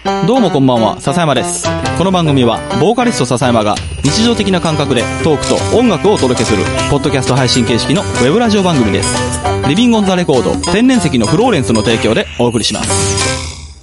どうもこんばんは、笹山です。この番組はボーカリスト笹山が日常的な感覚でトークと音楽をお届けするポッドキャスト配信形式のウェブラジオ番組です。リビングオンザレコード天然石のフローレンスの提供でお送りします。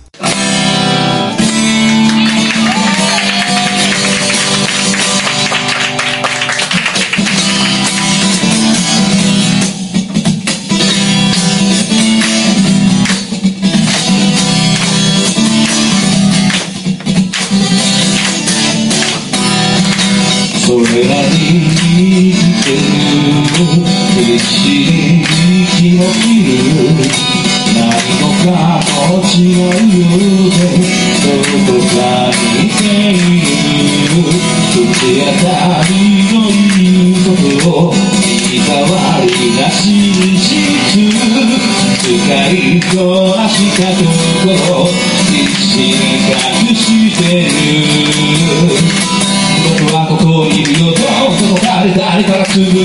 それらに生きてる必死に息を切る何もかも違うようでどこかにいている口当たりのいいことを言い変わりなしにしつ使いこなしたところ必死に隠してる僕はここにいるよとどこかで誰かがつぶやく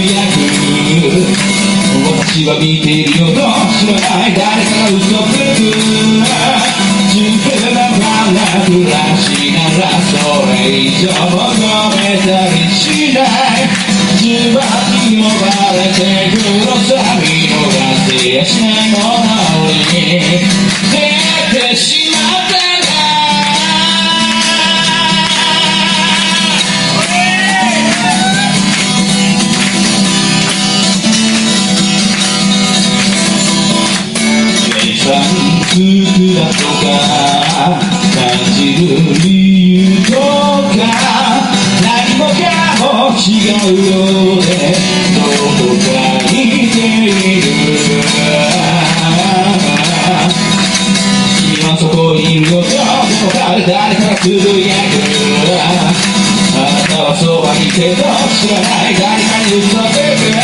私は見ているよと知らない誰かが嘘つく純粋なまま暮らしならそれ以上求めたりしない自分にもバレてくのさ見逃せやしないものに出会ってしまった満足だとか感じる理由とか何もかも違うようでどこかにいている君はそこにいるよとどこかで誰かがつぶやくあなたはそばにいてと知らない誰かに嘘つく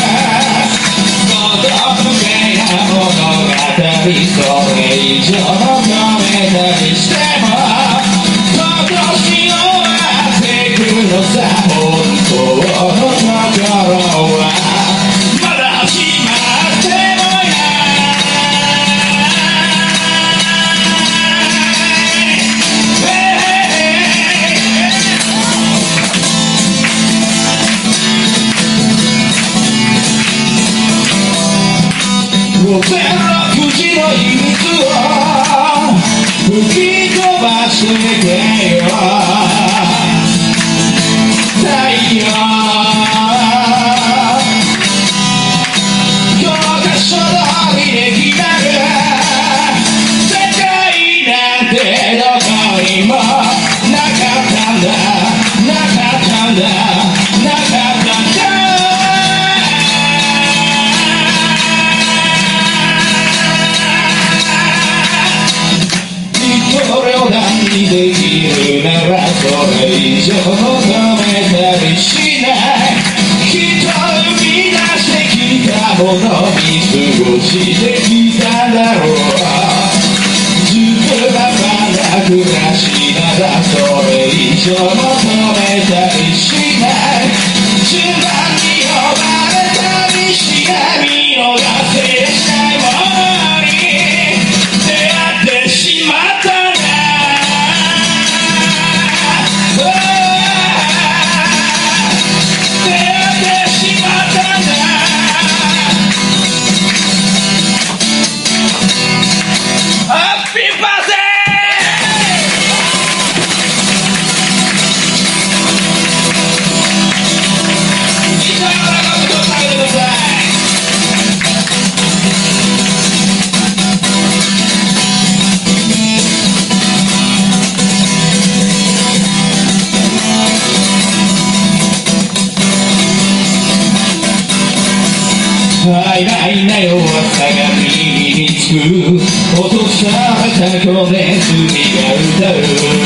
それ以上求めたりしても今年終わってくのさ本当のところはまだ始まっても6時の秘密を吹き飛ばしてけよ太陽教科書通りで決まる世界なんてどこにもなかったんだなかったんだなかったんだできるならそれ以上求めたりしないきっと生み出してきたものに過ごしてきただろうずっとままな暮らしならそれ以上求めたりしない順番に呼ばれたりしない見逃せしないものに出会ってしまった曖昧な弱さが耳につく落とされた子ネズミが歌う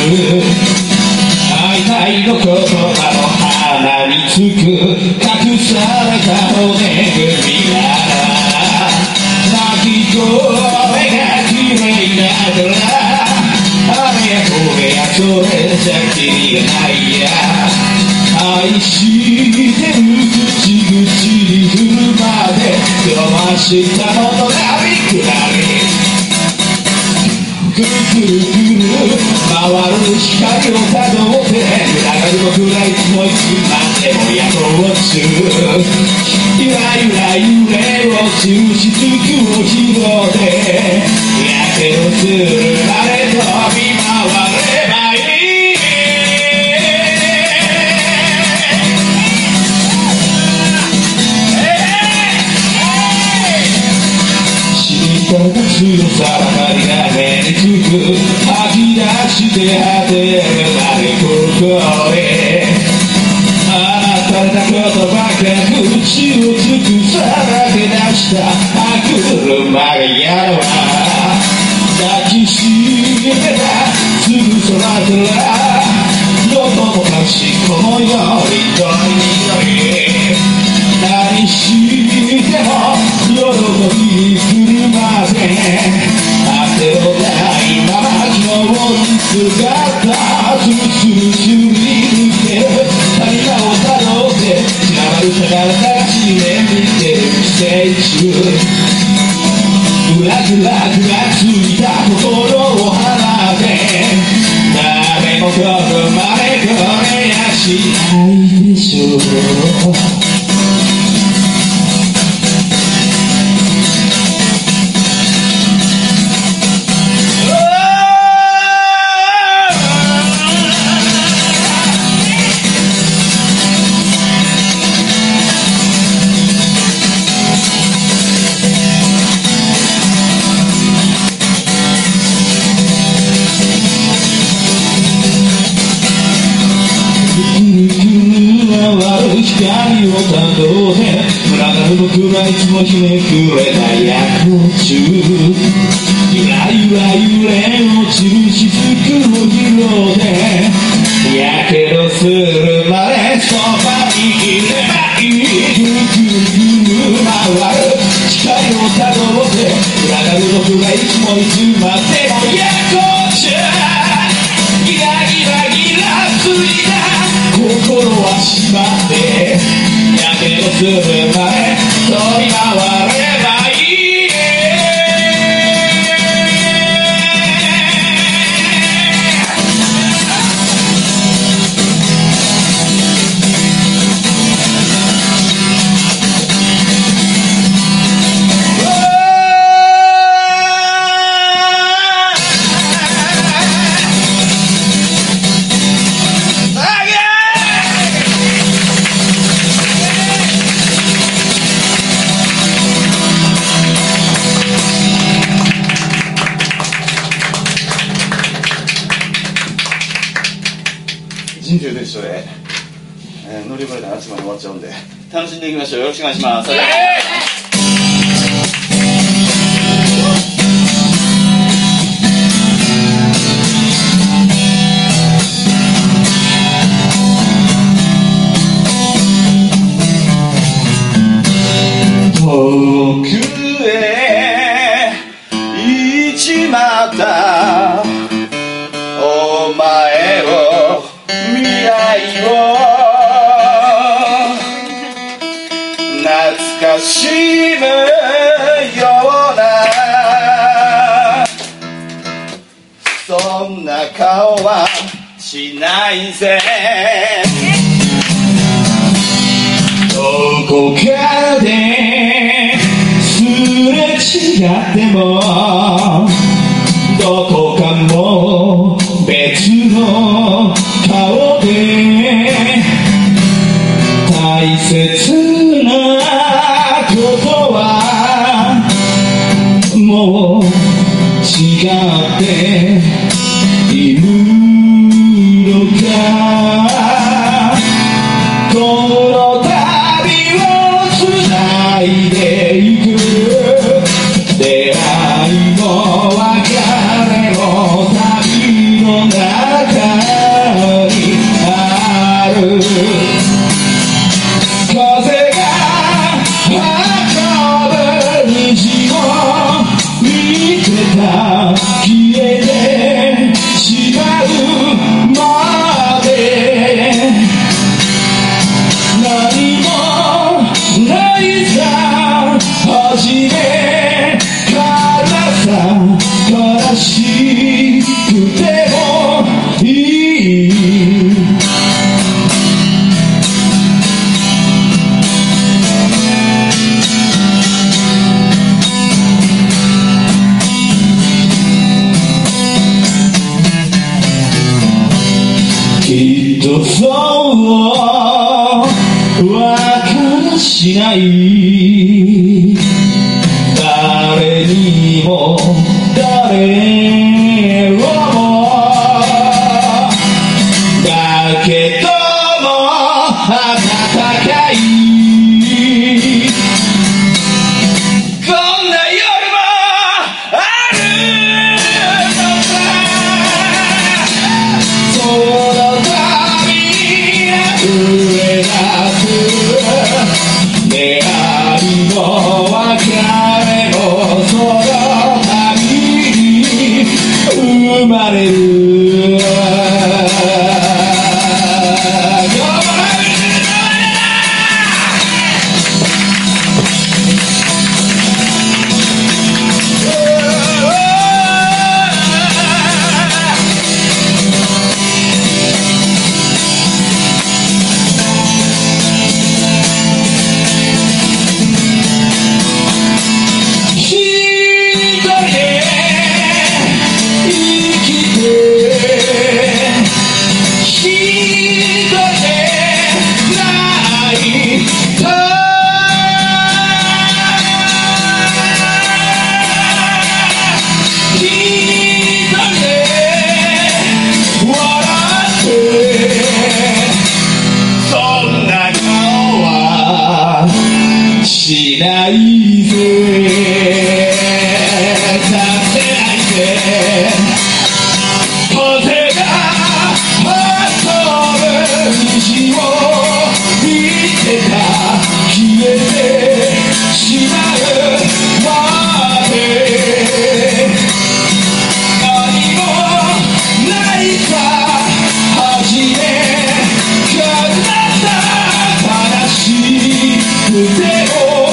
曖昧の言葉の鼻につく隠された骨組みが鳴き声が綺麗だからあれやこれやそれじゃきりがないや愛してる口々に振るまで飛ばしたものがびっくらりくるくるくる回回る光をたどって流れる僕らいつもいつまでも夜行中ゆらゆら揺れ落ちる雫を拾ってやけどするまで飛び回ればいい強さばかりが目につく吐き出して果てまでここへあなたのことばかり口を尽くさらけ出した歯車がやるわ抱きしめたすぐ空からどこもかしこのようにどりどり何しても喜びに来るまで汗のないまま今日に姿スルスルスルに抜ける谷間をたどって散らばる宝探しに見てる寄生虫ブラクラクがついた心を払って誰もここまでこれやしないでしょう光をたどって群がる僕がいつもひねくれた夜行中ゆらゆら揺れ落ちる雫を拾ってやけどするまでそばにいればいいぐるぐるぐる回る光をたどって群がる僕がいつもいつまでも夜行中ギラギラギラついた心はしまってやけどする前飛び回ればいい人流と一緒で、乗り越えたらあっちまで終わっちゃうんで楽しんでいきましょう。よろしくお願いします。遠くへ行っちまったお前を未来を懐かしむようなそんな顔はしないぜどこかですれ違ってもどこかも別の顔で大切なことはもう違っているのかこの旅をつないでいく出会いも別れも旅しない誰にも誰をもだけども温かいこんな夜もあるのさその旅に溢れ出す出会いも別れもその旅に生まれるしないぜさせないぜ風が遊ぶ虹を見てた消えてしまうまで何もないさ初めから悲しくて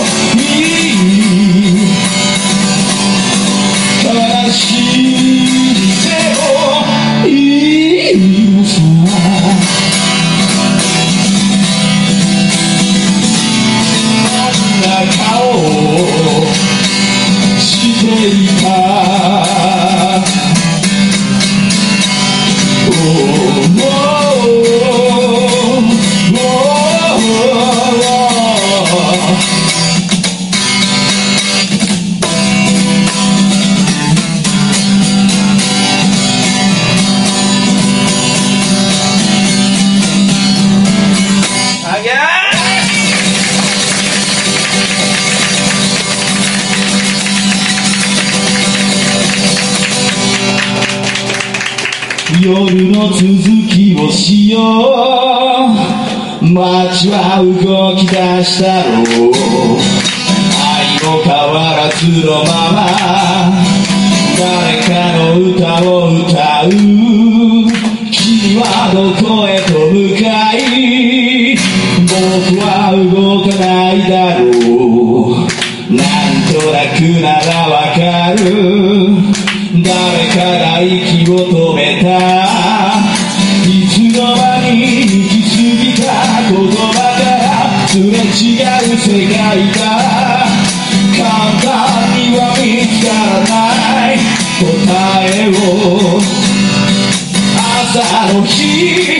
夜の続きをしよう街は動き出したろう愛も変わらずのまま誰かの歌を歌う君はどこへと向かい僕は動かないだろうなんとなくならわかる誰かが息を止めたいつの間に行き過ぎた言葉がすれ違う世界が簡単には見つからない答えを朝の光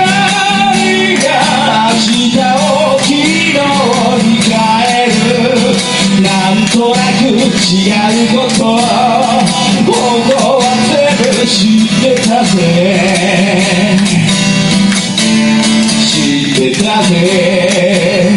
が明日を昨日に変えるなんとなく違うこと僕は全部知ってたぜ知ってたぜ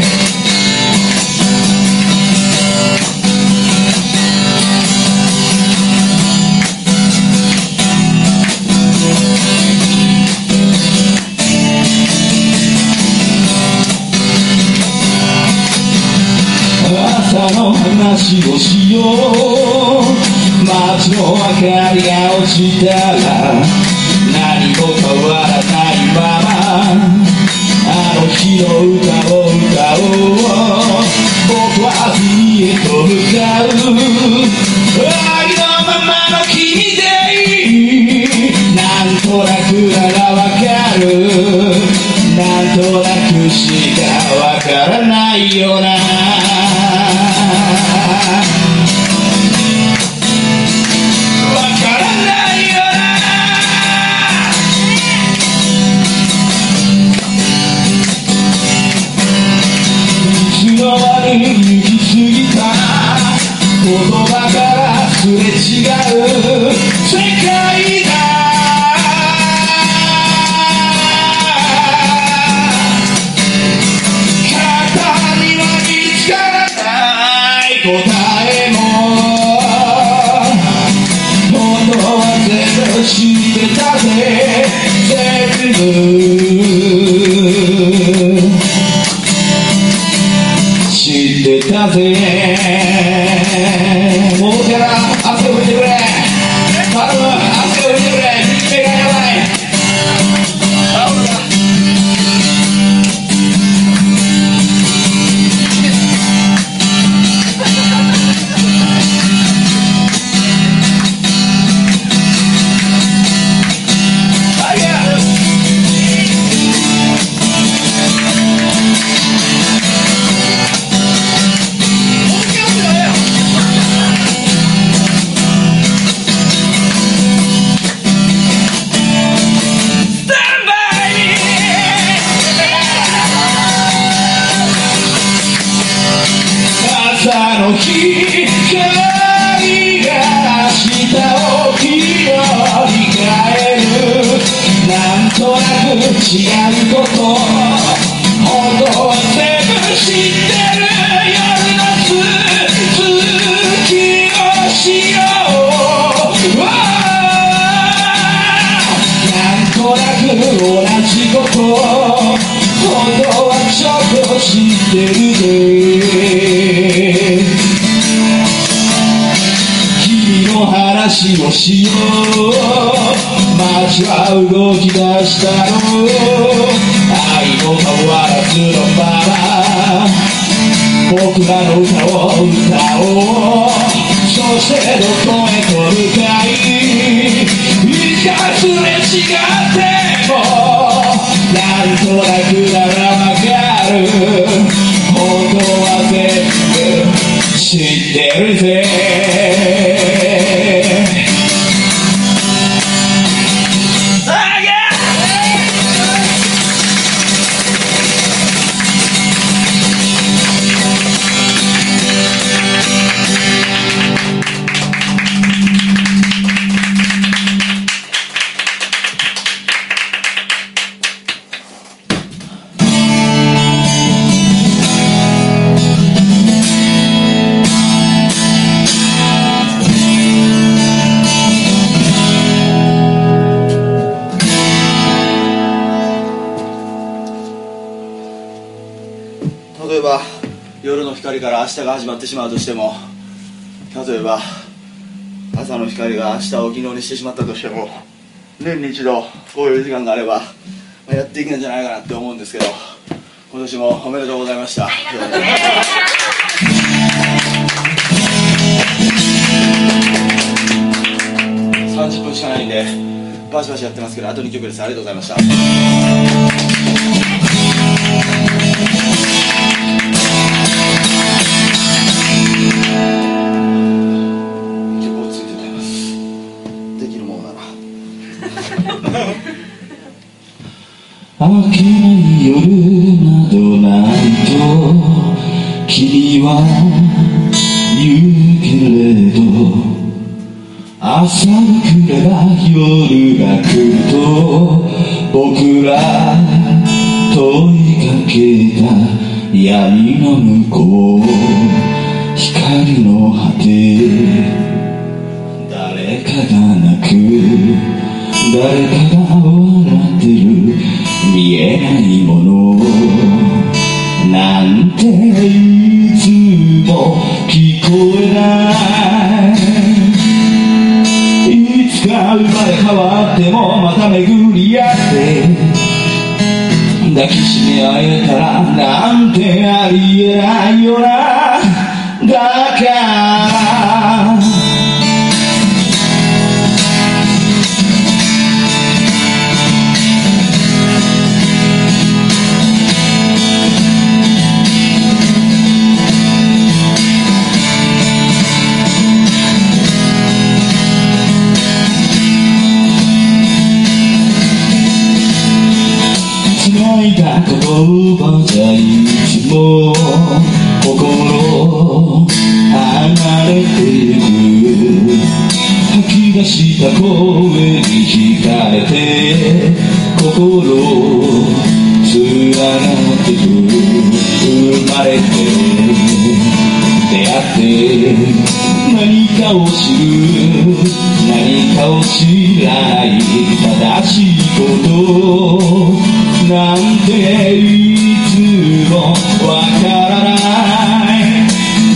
朝の話をしよう街の明かりが落ちたら何も変わらないままあの日の歌を歌おう僕は次へと向かうありのままの君でいいなんとなくならわかるなんとなくしかわからないよないつの間たぜ全部知ってたぜもうから汗を拭いてくれ頼む汗を拭いてくれ目がやばい朝の光が下を気を理解るなんとなく違うこと本当は全部知ってる夜の月をしようなんとなく同じこと本当はちょっと知ってるぜ君の話をしよう街は動き出したの愛の変わらずのまま僕らの歌を歌おうそしてどこへと向かいいつかすれ違ってもなんとなくならわかる本当は全部知ってるぜ例えば夜の光から明日が始まってしまうとしても例えば朝の光が明日を昨日にしてしまったとしても年に一度こういう時間があれば、やっていけるんじゃないかなって思うんですけど今年もおめでとうございました。30分しかないんでバシバシやってますけどあと2曲です。ありがとうございました。 明けない夜などないと君は言うけれど朝が来れば夜が来ると僕ら問いかけた闇の向こう光の果て誰かが泣く誰かが笑ってる見えないものなんていつも聞こえないいつか生まれ変わってもまた巡り合って抱きしめ合えたらなんてありえないよなだから泣いた言葉じゃいつも心離れてゆく吐き出した声に惹かれて心連なってく生まれて出会って何かかを知る何かを知らない正しいことなんていつもわからない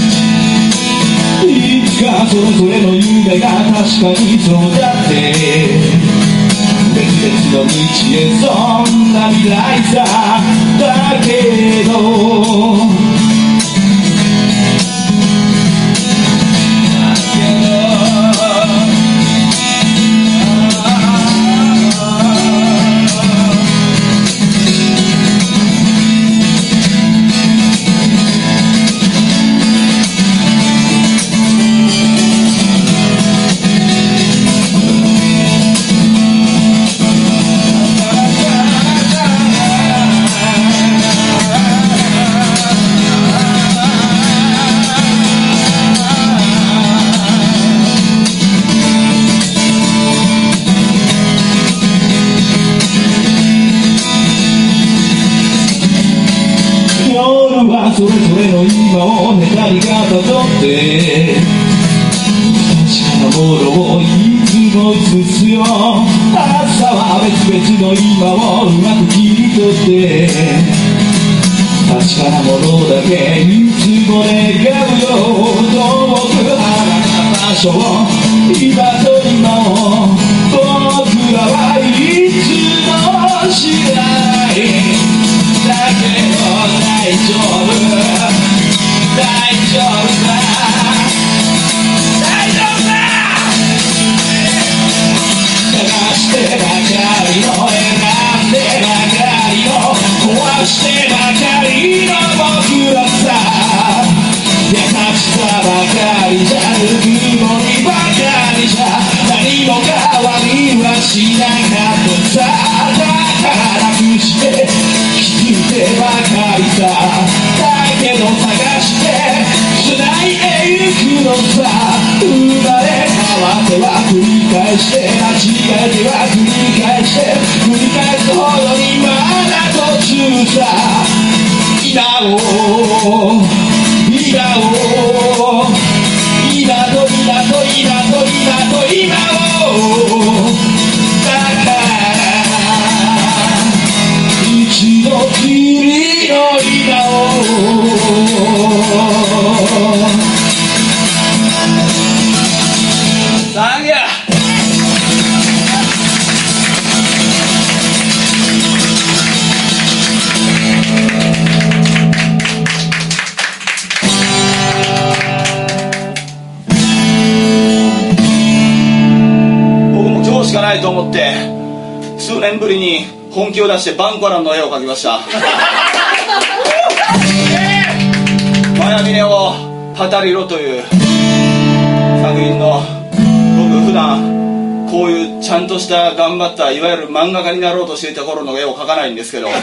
いつかそれぞれの夢が確かにそうだって別々の道へそんな未来さだけどそれぞれの今をねたりがたどって確かなものをいつも映すよ朝は別々の今をうまく切り取って確かなものだけいつも願うよ遠く離れた場所を今と今を僕らはいつも知らないだけど大丈夫大丈夫だ大丈夫だ探してばかりの選んでばかりの壊してばかりの僕らさ優しさばかりじゃぬくもりばかりじゃ何も変わりはしなかったさだから楽して気づいてばかりさだけど探して繋いでゆくのさ生まれ変わっては繰り返して間違えては繰り返して繰り返すほどにまだ途中さ今を今を今と今と今と今と今をだから一度きりの今をサンキュー僕も今日しかないと思って数年ぶりに本気を出してバンコランの絵を描きましたマヤビネを語りろという作品の僕普段こういうちゃんとした頑張ったいわゆる漫画家になろうとしていた頃の絵を描かないんですけど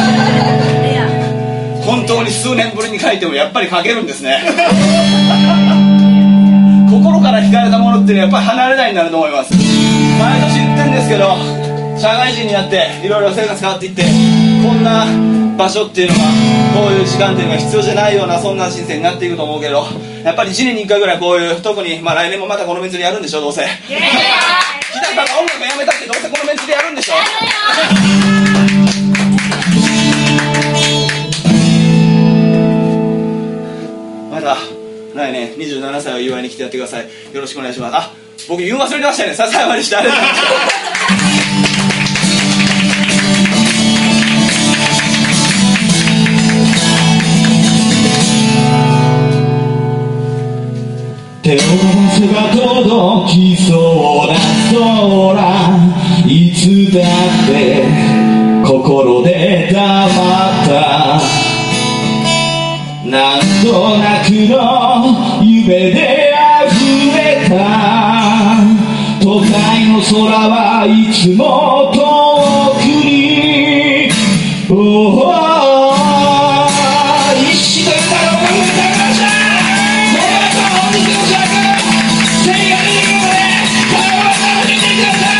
本当に数年ぶりに描いてもやっぱり描けるんですね心から惹かれたものっていうのはやっぱり離れないんだなと思います。毎年言ってるんですけど社会人になっていろいろ生活変わっていってこんな場所っていうのがこういう時間っていうのが必要じゃないようなそんな人生になっていくと思うけどやっぱり1年に1回ぐらいこういう特に来年もまたこのメンツでやるんでしょどうせ日高が音楽やめたってどうせこのメンツでやるんでしょまた来年27歳を祝いに来てやってください。よろしくお願いします。あ、僕言う忘れてましたね。笹山でした。ありがとうございます手を伸ばせば届きそうな空いつだって心で黙ったなんとなくの夢で溢れた都会の空はいつも遠くに一緒だろうが歌がさこの後本日の尺千が出てくるので会話を楽しんでください。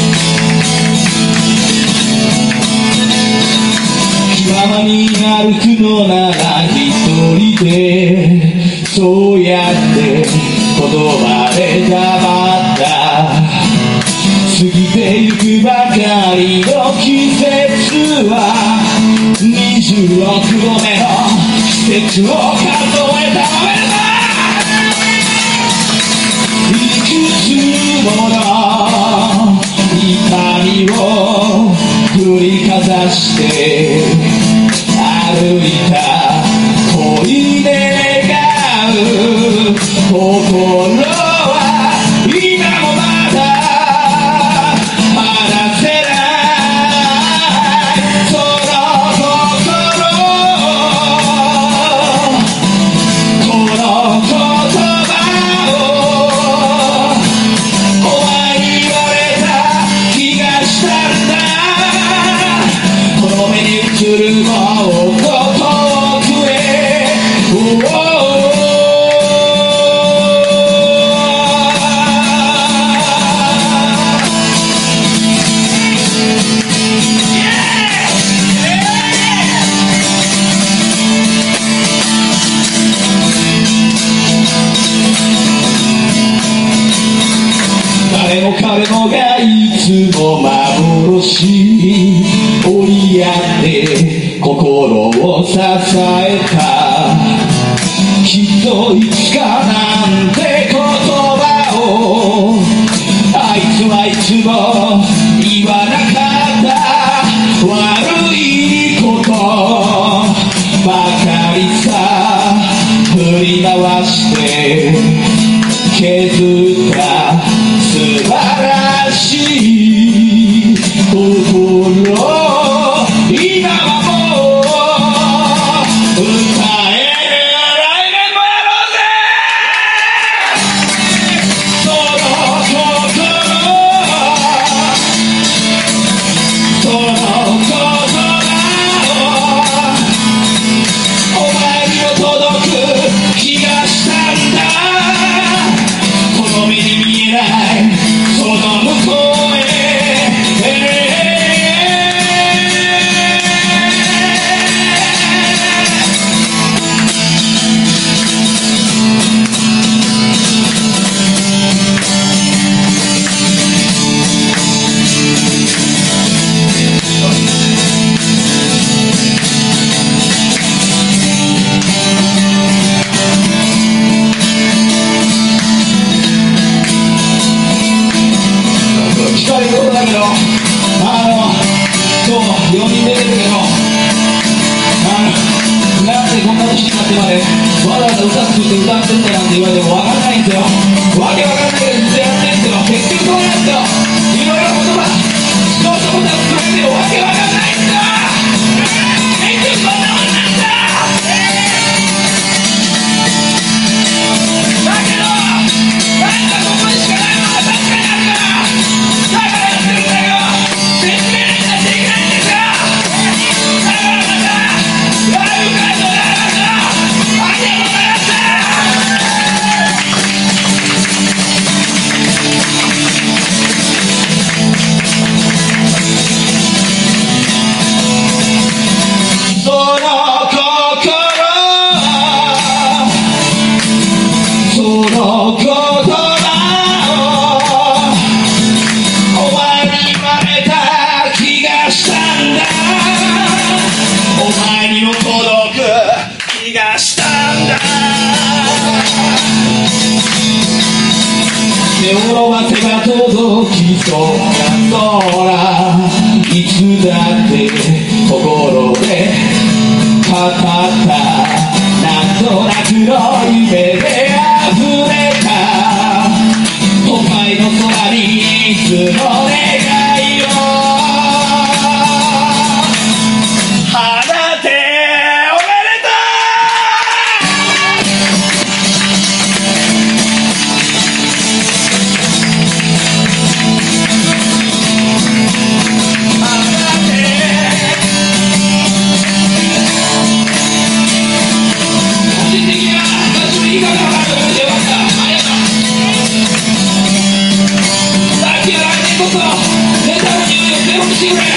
気ままに歩くのなら一人でそうやって言葉で黙った過ぎてゆくばかりの季節は26度目の季節を数えたまめだいくつもの痛みを振りかざして歩いた恋で願う心は今もまだ離せないその心この言葉をお前に言われた気がしたんだこの目に映るもう遠くへ誰も彼もがいつも幻折り合って心を支えたきっといつかなんて言葉をあいつはいつも言わなかった悪いことばかりさ振り回して削った素晴らしい心今はもう歌える来年もやろうぜその心その言葉をお前にも届く気がしたんだこの目に見えないその向こうへ近いところだけど今日4人出てるけどなんでこんな年になってまでわざわざ歌作って歌ってんだなんて言われてもわからないんですよわけわかんないけどずっとやってるんですけど結局そうなんですよいろいろ言葉そうしたことは作れてわけわかんないんですよ結局そんなもんなんだだけどなんかここにしかないものが確かにあるからだからやってるんだよ説明なんかできないんですよだからまたライブ会場で会いましょうありがとうございましたその心その言葉をお前に言われた気がしたんだお前にも届く気がしたんだ手を伸ばせば届きそうな空いつだって心で語ったなんとなくの夢で溢れた都会の空にいつの願いを放ておめでと個人的には私もいいかなと思ってよかったありがとうさっきは来年こそネタの匂いをゼロにしてくれ